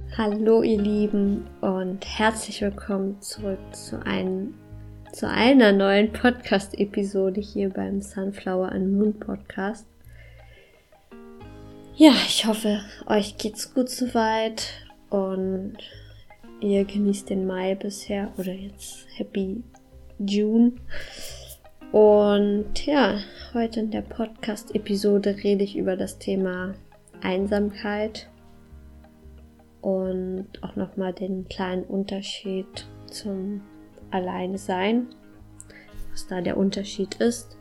Hallo ihr Lieben und herzlich willkommen zurück zu einer neuen Podcast-Episode hier beim Sunflower and Moon Podcast. Ja, ich hoffe, euch geht's gut soweit und ihr genießt den Mai bisher oder jetzt Happy June. Und ja, heute in der Podcast-Episode rede ich über das Thema Einsamkeit und auch nochmal den kleinen Unterschied zum Alleinsein, was da der Unterschied ist.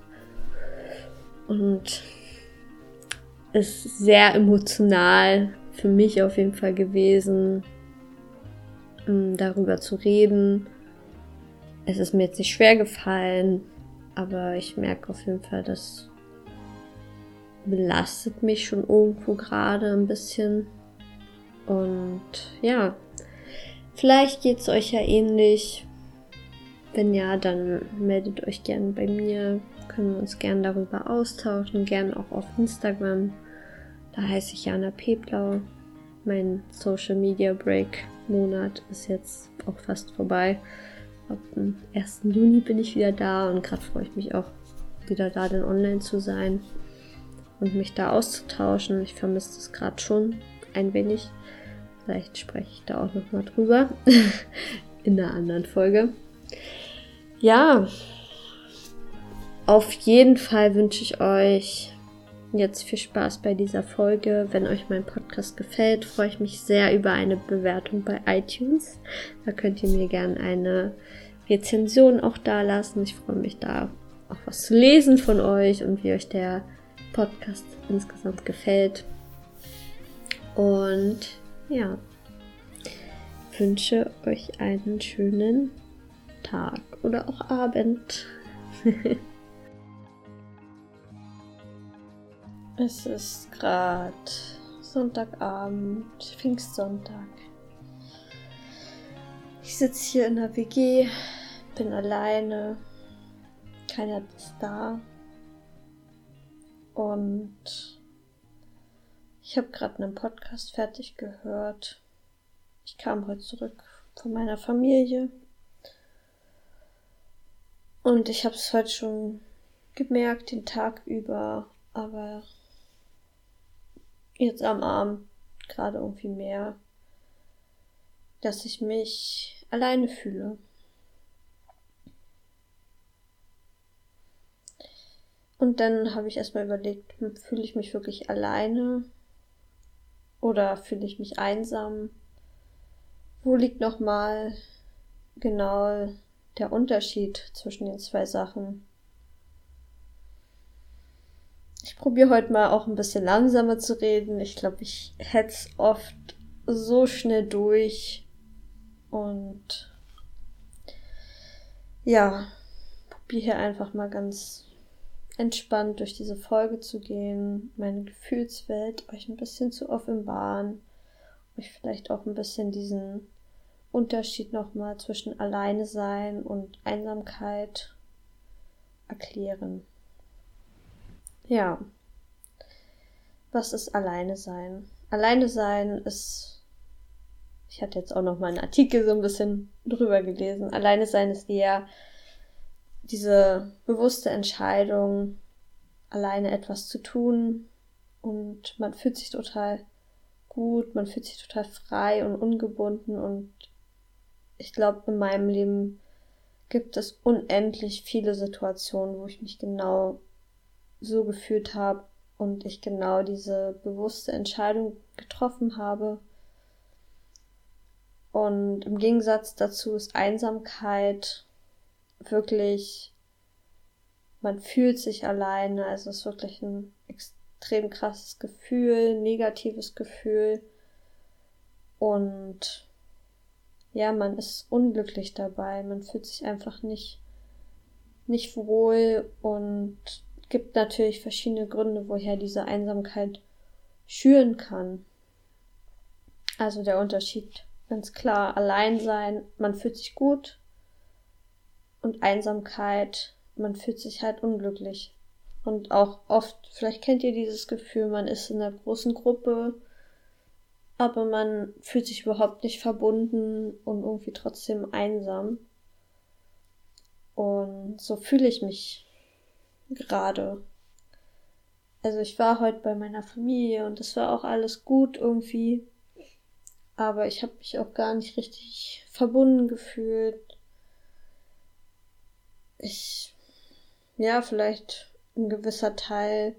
Und ist sehr emotional für mich auf jeden Fall gewesen, darüber zu reden. Es ist mir jetzt nicht schwer gefallen, aber ich merke auf jeden Fall, das belastet mich schon irgendwo gerade ein bisschen. Und ja, vielleicht geht es euch ja ähnlich. Wenn ja, dann meldet euch gerne bei mir. Können wir uns gerne darüber austauschen. Gerne auch auf Instagram. Da heiße ich Jana Peblau. Mein Social Media Break Monat ist jetzt auch fast vorbei. Ab dem 1. Juni bin ich wieder da und gerade freue ich mich auch wieder da, dann online zu sein und mich da auszutauschen. Ich vermisse das gerade schon ein wenig. Vielleicht spreche ich da auch nochmal drüber in einer anderen Folge. Ja, auf jeden Fall wünsche ich euch jetzt viel Spaß bei dieser Folge. Wenn euch mein Podcast gefällt, freue ich mich sehr über eine Bewertung bei iTunes. Da könnt ihr mir gerne eine Rezension auch da lassen. Ich freue mich da auch was zu lesen von euch und wie euch der Podcast insgesamt gefällt. Und ja, wünsche euch einen schönen Tag oder auch Abend. Es ist gerade Sonntagabend, Pfingstsonntag. Ich sitze hier in der WG, bin alleine, keiner ist da und ich habe gerade einen Podcast fertig gehört. Ich kam heute zurück von meiner Familie und ich habe es heute schon gemerkt, den Tag über, aber jetzt am Abend gerade irgendwie mehr, dass ich mich alleine fühle. Und dann habe ich erstmal überlegt, fühle ich mich wirklich alleine oder fühle ich mich einsam? Wo liegt nochmal genau der Unterschied zwischen den zwei Sachen? Ich probiere heute mal auch ein bisschen langsamer zu reden. Ich glaube, ich hetze oft so schnell durch. Und ja, probiere hier einfach mal ganz entspannt durch diese Folge zu gehen, meine Gefühlswelt euch ein bisschen zu offenbaren, euch vielleicht auch ein bisschen diesen Unterschied nochmal zwischen Alleine sein und Einsamkeit erklären. Ja, was ist Alleine sein? Alleine sein ist, ich hatte jetzt auch noch mal einen Artikel so ein bisschen drüber gelesen, Alleine sein ist eher diese bewusste Entscheidung, alleine etwas zu tun und man fühlt sich total gut, man fühlt sich total frei und ungebunden und ich glaube, in meinem Leben gibt es unendlich viele Situationen, wo ich mich genau so gefühlt habe und ich genau diese bewusste Entscheidung getroffen habe. Und im Gegensatz dazu ist Einsamkeit wirklich, man fühlt sich alleine, also es ist wirklich ein extrem krasses Gefühl, negatives Gefühl und ja, man ist unglücklich dabei, man fühlt sich einfach nicht wohl und gibt natürlich verschiedene Gründe, woher diese Einsamkeit schüren kann. Also der Unterschied, ganz klar, allein sein, man fühlt sich gut und Einsamkeit, man fühlt sich halt unglücklich. Und auch oft, vielleicht kennt ihr dieses Gefühl, man ist in einer großen Gruppe, aber man fühlt sich überhaupt nicht verbunden und irgendwie trotzdem einsam. Und so fühle ich mich gerade. Also ich war heute bei meiner Familie und das war auch alles gut irgendwie. Aber ich habe mich auch gar nicht richtig verbunden gefühlt. Vielleicht ein gewisser Teil,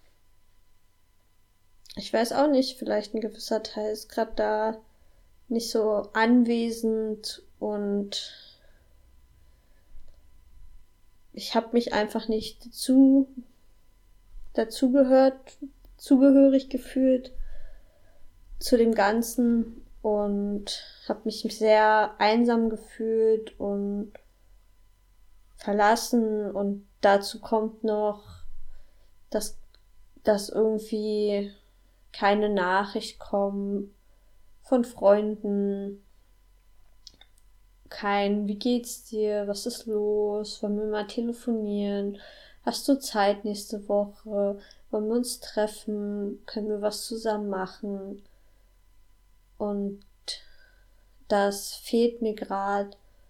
ich weiß auch nicht, vielleicht ein gewisser Teil ist gerade da nicht so anwesend und ich habe mich einfach nicht zugehörig gefühlt zu dem Ganzen und habe mich sehr einsam gefühlt und verlassen und dazu kommt noch, dass irgendwie keine Nachricht kommt von Freunden, kein wie geht's dir, was ist los, wollen wir mal telefonieren, hast du Zeit nächste Woche, wollen wir uns treffen, können wir was zusammen machen und das fehlt mir gerade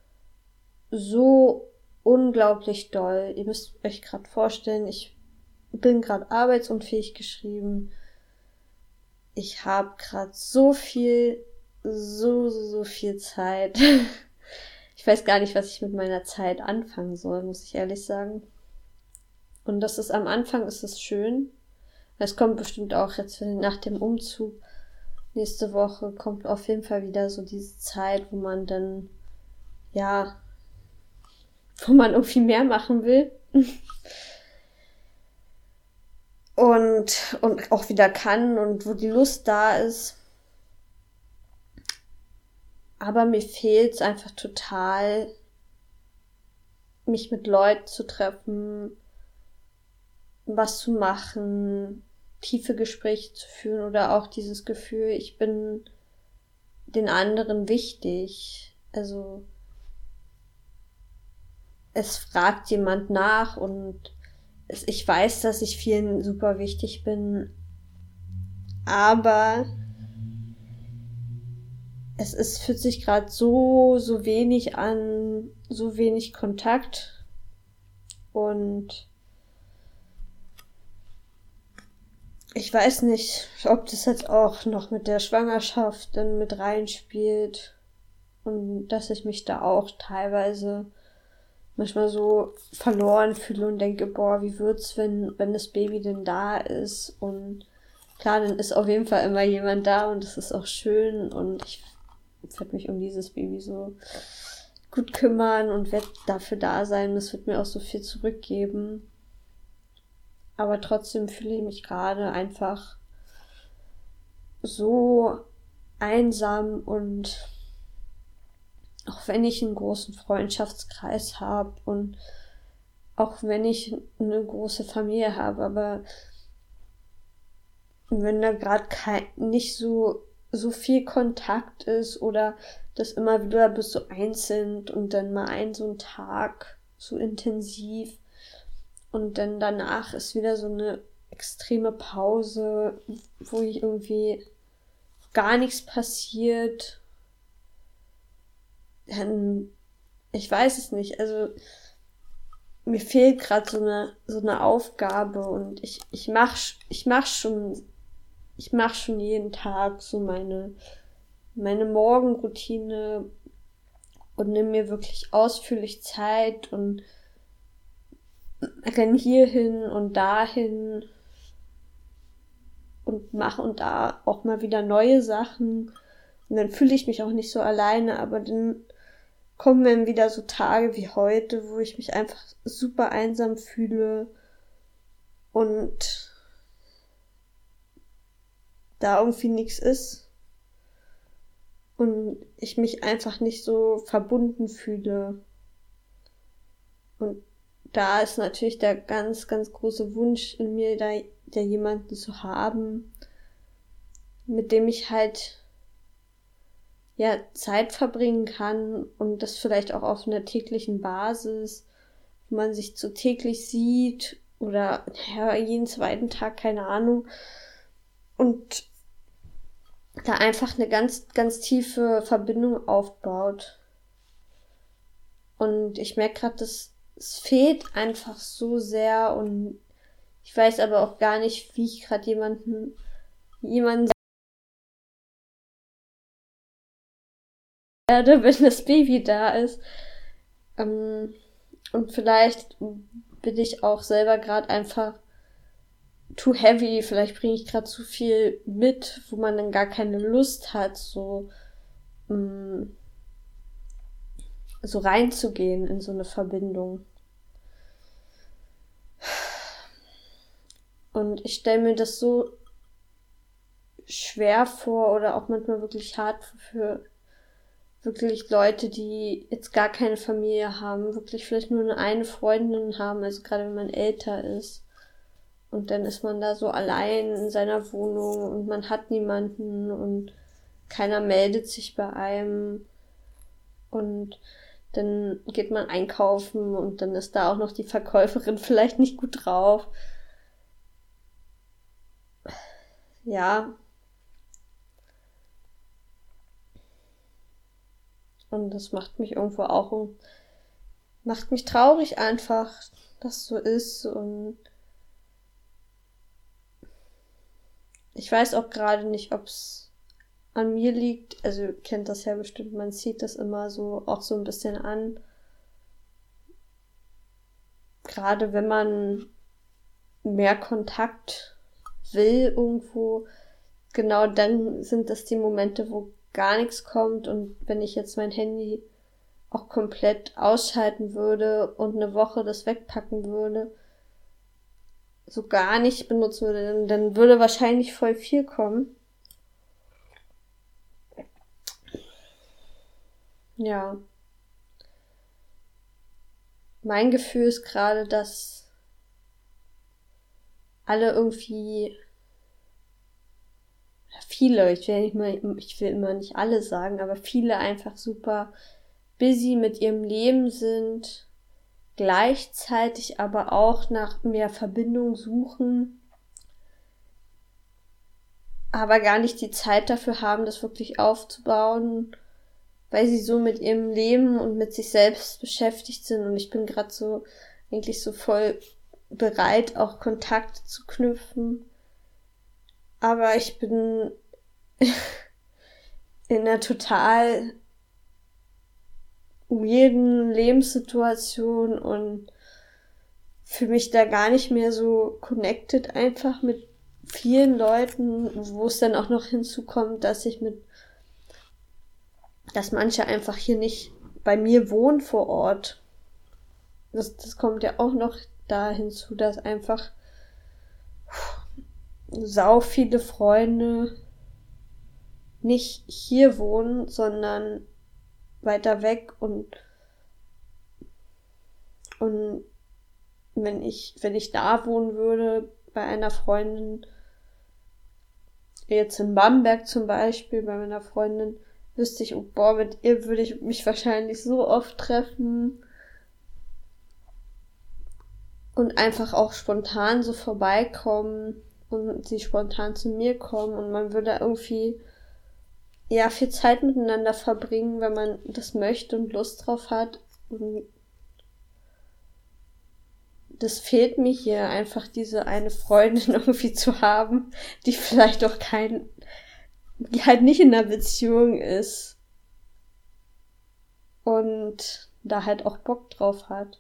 so unglaublich doll. Ihr müsst euch gerade vorstellen, ich bin gerade arbeitsunfähig geschrieben. Ich habe gerade so viel Zeit. Ich weiß gar nicht, was ich mit meiner Zeit anfangen soll, muss ich ehrlich sagen. Und am Anfang ist es schön. Es kommt bestimmt auch jetzt nach dem Umzug. Nächste Woche kommt auf jeden Fall wieder so diese Zeit, wo man dann, wo man irgendwie mehr machen will. Und auch wieder kann und wo die Lust da ist. Aber mir fehlt es einfach total, mich mit Leuten zu treffen, was zu machen, tiefe Gespräche zu führen oder auch dieses Gefühl, ich bin den anderen wichtig. Also es fragt jemand nach und ich weiß, dass ich vielen super wichtig bin, aber fühlt sich gerade so wenig an, so wenig Kontakt und ich weiß nicht, ob das jetzt auch noch mit der Schwangerschaft dann mit reinspielt und dass ich mich da auch teilweise manchmal so verloren fühle und denke, boah, wie wird's, wenn das Baby denn da ist und klar, dann ist auf jeden Fall immer jemand da und das ist auch schön und ich werde mich um dieses Baby so gut kümmern und werde dafür da sein. Das wird mir auch so viel zurückgeben. Aber trotzdem fühle ich mich gerade einfach so einsam und auch wenn ich einen großen Freundschaftskreis habe und auch wenn ich eine große Familie habe, aber wenn da gerade nicht so viel Kontakt ist oder das immer wieder bis so einzeln und dann mal so ein Tag so intensiv und dann danach ist wieder so eine extreme Pause, wo ich irgendwie gar nichts passiert. Dann, ich weiß es nicht, also mir fehlt gerade so eine Aufgabe und ich mach schon jeden Tag so meine Morgenroutine und nehme mir wirklich ausführlich Zeit und renn hierhin und dahin und mache und da auch mal wieder neue Sachen. Und dann fühle ich mich auch nicht so alleine, aber dann kommen dann wieder so Tage wie heute, wo ich mich einfach super einsam fühle und da irgendwie nichts ist und ich mich einfach nicht so verbunden fühle. Und da ist natürlich der ganz, ganz große Wunsch in mir, da jemanden zu haben, mit dem ich halt Zeit verbringen kann und das vielleicht auch auf einer täglichen Basis, wo man sich so täglich sieht oder jeden zweiten Tag, keine Ahnung. Und da einfach eine ganz, ganz tiefe Verbindung aufbaut. Und ich merke gerade, es fehlt einfach so sehr und ich weiß aber auch gar nicht, wie ich gerade jemanden werde, wenn das Baby da ist. Und vielleicht bin ich auch selber gerade einfach too heavy, vielleicht bringe ich gerade zu viel mit, wo man dann gar keine Lust hat, so reinzugehen in so eine Verbindung. Und ich stelle mir das so schwer vor oder auch manchmal wirklich hart für wirklich Leute, die jetzt gar keine Familie haben, wirklich vielleicht nur eine Freundin haben, also gerade wenn man älter ist. Und dann ist man da so allein in seiner Wohnung und man hat niemanden und keiner meldet sich bei einem. Und dann geht man einkaufen und dann ist da auch noch die Verkäuferin vielleicht nicht gut drauf. Ja. Und das macht mich irgendwo auch, macht mich traurig einfach, dass so ist. Und ich weiß auch gerade nicht, ob es an mir liegt. Also ihr kennt das ja bestimmt, man zieht das immer so auch so ein bisschen an. Gerade wenn man mehr Kontakt will irgendwo, genau dann sind das die Momente, wo gar nichts kommt. Und wenn ich jetzt mein Handy auch komplett ausschalten würde und eine Woche das wegpacken würde, so gar nicht benutzen würde, dann würde wahrscheinlich voll viel kommen. Ja. Mein Gefühl ist gerade, dass alle irgendwie, viele, ich will immer nicht alle sagen, aber viele einfach super busy mit ihrem Leben sind, gleichzeitig aber auch nach mehr Verbindung suchen, aber gar nicht die Zeit dafür haben, das wirklich aufzubauen, weil sie so mit ihrem Leben und mit sich selbst beschäftigt sind. Und ich bin gerade so eigentlich so voll bereit, auch Kontakt zu knüpfen. Aber ich bin in einer total weirden Lebenssituation und fühle mich da gar nicht mehr so connected einfach mit vielen Leuten, wo es dann auch noch hinzukommt, dass manche einfach hier nicht bei mir wohnen vor Ort. Das kommt ja auch noch da hinzu, dass einfach sau viele Freunde nicht hier wohnen, sondern weiter weg und wenn ich da wohnen würde, bei einer Freundin, jetzt in Bamberg zum Beispiel, bei meiner Freundin, wüsste ich, oh boah, mit ihr würde ich mich wahrscheinlich so oft treffen und einfach auch spontan so vorbeikommen und sie spontan zu mir kommen und man würde irgendwie ja viel Zeit miteinander verbringen, wenn man das möchte und Lust drauf hat. Und das fehlt mir hier einfach, diese eine Freundin irgendwie zu haben, die vielleicht auch die halt nicht in einer Beziehung ist und da halt auch Bock drauf hat.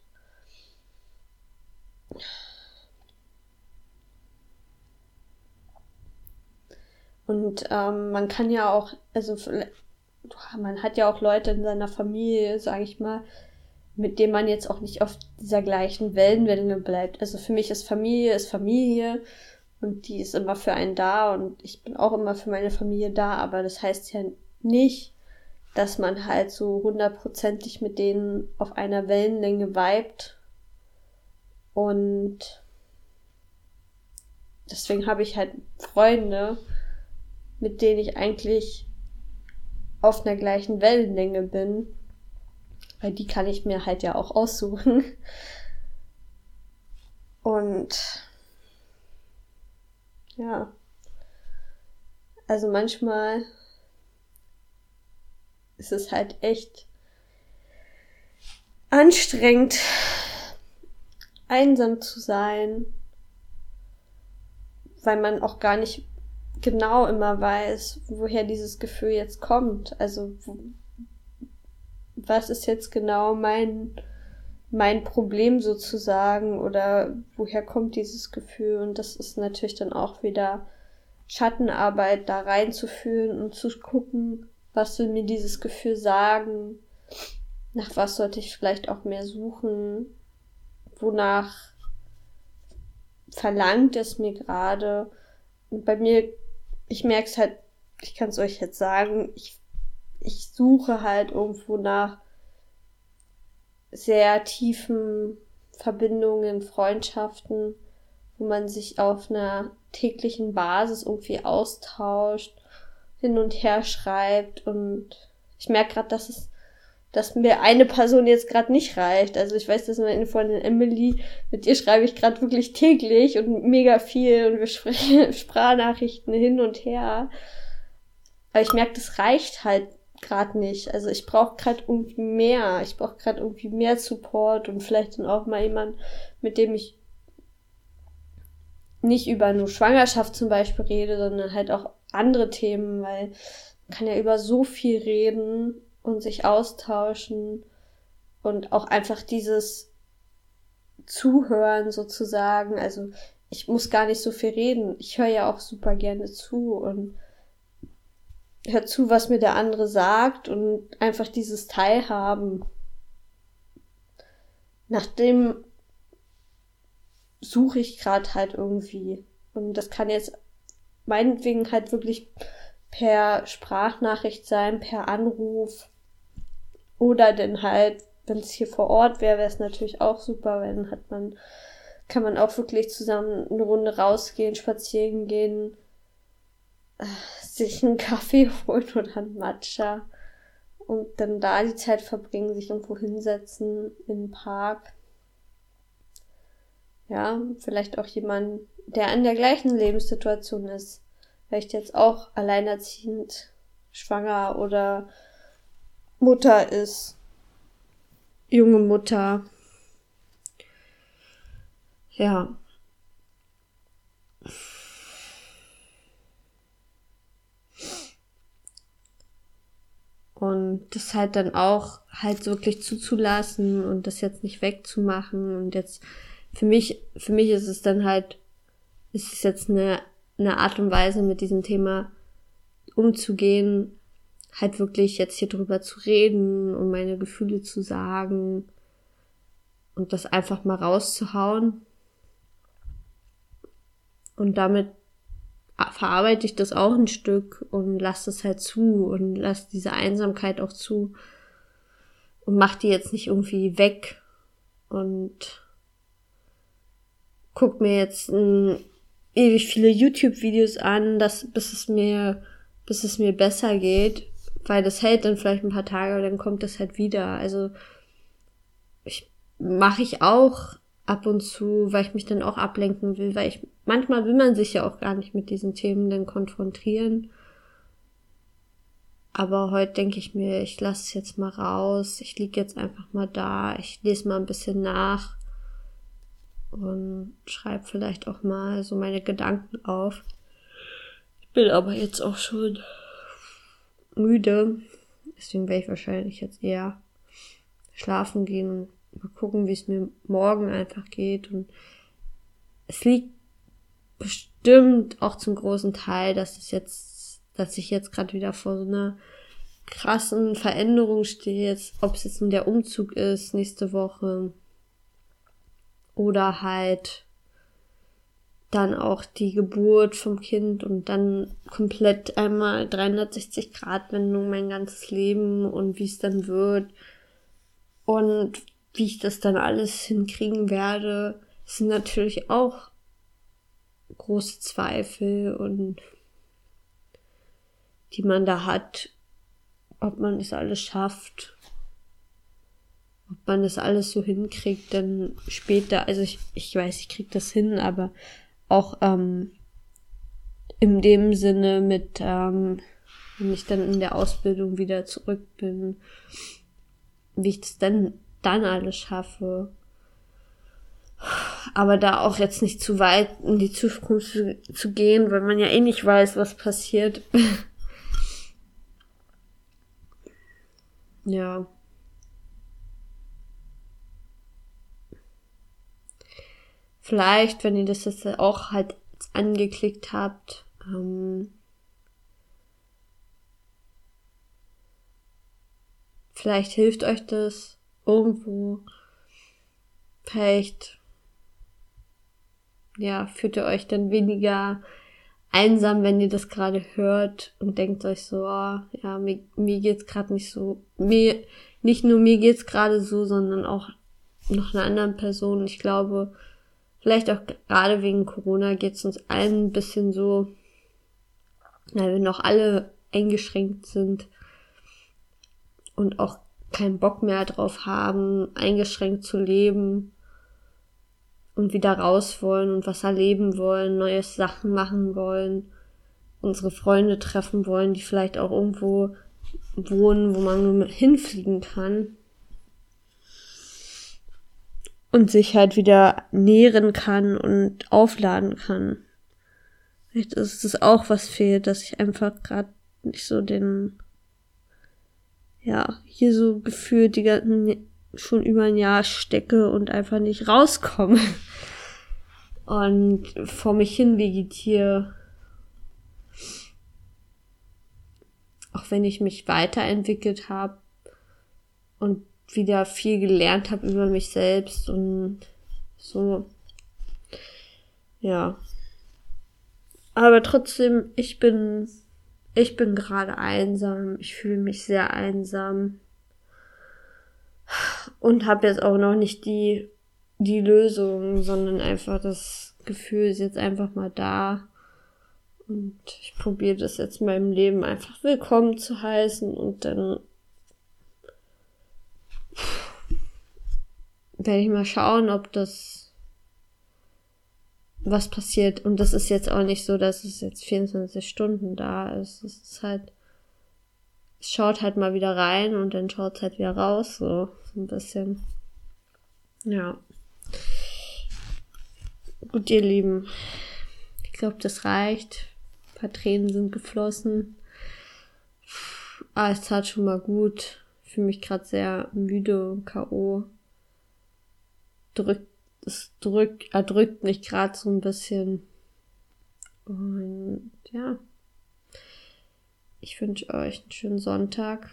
Und man kann ja auch, also man hat ja auch Leute in seiner Familie, sage ich mal, mit denen man jetzt auch nicht auf dieser gleichen Wellenlänge bleibt. Also für mich ist Familie und die ist immer für einen da und ich bin auch immer für meine Familie da, aber das heißt ja nicht, dass man halt so 100%ig mit denen auf einer Wellenlänge vibet. Und deswegen habe ich halt Freunde, mit denen ich eigentlich auf einer gleichen Wellenlänge bin. Weil die kann ich mir halt ja auch aussuchen. Und ja, Also manchmal ist es halt echt anstrengend, einsam zu sein, weil man auch gar nicht genau immer weiß, woher dieses Gefühl jetzt kommt. Also was ist jetzt genau mein Problem sozusagen oder woher kommt dieses Gefühl? Und das ist natürlich dann auch wieder Schattenarbeit, da reinzufühlen und zu gucken, was will mir dieses Gefühl sagen, nach was sollte ich vielleicht auch mehr suchen, wonach verlangt es mir gerade. Und bei mir, ich merke es halt, ich kann es euch jetzt sagen, ich suche halt irgendwo nach sehr tiefen Verbindungen, Freundschaften, wo man sich auf einer täglichen Basis irgendwie austauscht, hin und her schreibt. Und ich merke gerade, dass mir eine Person jetzt gerade nicht reicht. Also ich weiß, dass meine Freundin Emily, mit ihr schreibe ich gerade wirklich täglich und mega viel und wir sprechen Sprachnachrichten hin und her. Aber ich merke, das reicht halt gerade nicht. Also ich brauche gerade irgendwie mehr. Ich brauche gerade irgendwie mehr Support und vielleicht dann auch mal jemand, mit dem ich nicht über nur Schwangerschaft zum Beispiel rede, sondern halt auch andere Themen, weil man kann ja über so viel reden und sich austauschen und auch einfach dieses Zuhören sozusagen. Also ich muss gar nicht so viel reden. Ich höre ja auch super gerne zu und höre zu, was mir der andere sagt und einfach dieses Teilhaben. Nach dem suche ich gerade halt irgendwie. Und das kann jetzt meinetwegen halt wirklich per Sprachnachricht sein, per Anruf. Oder dann halt, wenn es hier vor Ort wäre, wäre es natürlich auch super, weil dann kann man auch wirklich zusammen eine Runde rausgehen, spazieren gehen, sich einen Kaffee holen oder einen Matcha und dann da die Zeit verbringen, sich irgendwo hinsetzen in den Park. Ja, vielleicht auch jemand, der in der gleichen Lebenssituation ist. Vielleicht jetzt auch alleinerziehend, schwanger oder Mutter ist. Junge Mutter. Ja. Und das halt dann auch halt wirklich zuzulassen und das jetzt nicht wegzumachen. Und jetzt für mich ist es dann halt, ist es jetzt eine Art und Weise, mit diesem Thema umzugehen, halt wirklich jetzt hier drüber zu reden und meine Gefühle zu sagen und das einfach mal rauszuhauen. Und damit verarbeite ich das auch ein Stück und lasse es halt zu und lasse diese Einsamkeit auch zu und mache die jetzt nicht irgendwie weg und guck mir jetzt ewig viele YouTube-Videos an, bis es mir besser geht, weil das hält dann vielleicht ein paar Tage und dann kommt das halt wieder. Also mache ich auch ab und zu, weil ich mich dann auch ablenken will, weil manchmal will man sich ja auch gar nicht mit diesen Themen dann konfrontieren. Aber heute denke ich mir, ich lasse es jetzt mal raus, ich liege jetzt einfach mal da, ich lese mal ein bisschen nach und schreibe vielleicht auch mal so meine Gedanken auf. Ich bin aber jetzt auch schon müde, deswegen werde ich wahrscheinlich jetzt eher schlafen gehen und mal gucken, wie es mir morgen einfach geht. Und es liegt bestimmt auch zum großen Teil, dass ich jetzt gerade wieder vor so einer krassen Veränderung stehe, jetzt, ob es jetzt nur der Umzug ist nächste Woche oder halt dann auch die Geburt vom Kind und dann komplett einmal 360-Grad-Wendung mein ganzes Leben und wie es dann wird und wie ich das dann alles hinkriegen werde, sind natürlich auch große Zweifel und die man da hat, ob man das alles schafft, ob man das alles so hinkriegt, dann später, also ich weiß, ich krieg das hin, aber auch in dem Sinne mit, wenn ich dann in der Ausbildung wieder zurück bin, wie ich das dann alles schaffe. Aber da auch jetzt nicht zu weit in die Zukunft zu gehen, weil man ja eh nicht weiß, was passiert. Ja. Vielleicht, wenn ihr das jetzt auch halt angeklickt habt, vielleicht hilft euch das irgendwo. Vielleicht, ja, fühlt ihr euch dann weniger einsam, wenn ihr das gerade hört und denkt euch so, oh, ja, mir geht's gerade nicht so. Nicht nur mir geht's gerade so, sondern auch noch einer anderen Person. Ich glaube, vielleicht auch gerade wegen Corona geht's uns allen ein bisschen so, weil wir noch alle eingeschränkt sind und auch keinen Bock mehr drauf haben, eingeschränkt zu leben und wieder raus wollen und was erleben wollen, neue Sachen machen wollen, unsere Freunde treffen wollen, die vielleicht auch irgendwo wohnen, wo man nur hinfliegen kann und sich halt wieder nähren kann und aufladen kann. Vielleicht ist es auch, was fehlt, dass ich einfach gerade nicht so hier so gefühlt schon über ein Jahr stecke und einfach nicht rauskomme und vor mich hin vegetiere. Auch wenn ich mich weiterentwickelt habe und wieder viel gelernt habe über mich selbst und so. Ja. Aber trotzdem, ich bin gerade einsam. Ich fühle mich sehr einsam. Und habe jetzt auch noch nicht die Lösung, sondern einfach das Gefühl ist jetzt einfach mal da. Und ich probiere das jetzt in meinem Leben einfach willkommen zu heißen und dann werde ich mal schauen, ob das was passiert. Und das ist jetzt auch nicht so, dass es jetzt 24 Stunden da ist. Es ist halt, es schaut halt mal wieder rein und dann schaut es halt wieder raus, so ein bisschen. Ja. Gut, ihr Lieben. Ich glaube, das reicht. Ein paar Tränen sind geflossen. Es tat schon mal gut. Ich fühle mich gerade sehr müde und K.O. Erdrückt mich gerade so ein bisschen. Und ja. Ich wünsche euch einen schönen Sonntag.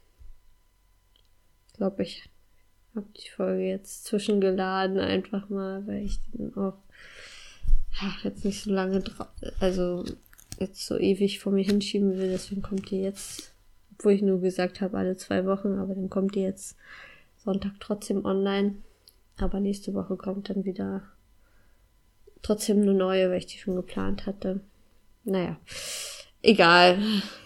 Ich glaube, ich habe die Folge jetzt zwischengeladen, einfach mal, weil ich den auch jetzt nicht so lange jetzt so ewig vor mir hinschieben will. Deswegen kommt die jetzt, obwohl ich nur gesagt habe, alle 2 Wochen, aber dann kommt die jetzt Sonntag trotzdem online. Aber nächste Woche kommt dann wieder trotzdem eine neue, weil ich die schon geplant hatte. Naja, egal.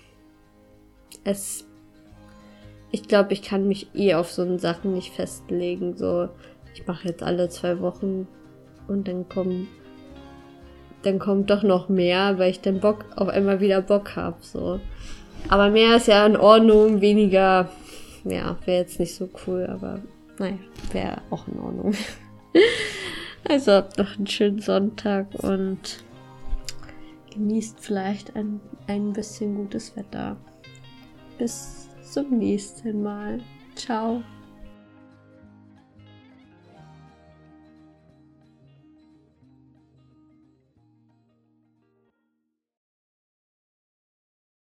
Ich glaube, ich kann mich auf so Sachen nicht festlegen. So, ich mache jetzt alle 2 Wochen und dann kommt doch noch mehr, weil ich dann auf einmal wieder Bock habe. So. Aber mehr ist ja in Ordnung, weniger, ja, wäre jetzt nicht so cool, aber naja, wäre auch in Ordnung. Also habt noch einen schönen Sonntag und genießt vielleicht ein bisschen gutes Wetter. Bis zum nächsten Mal. Ciao.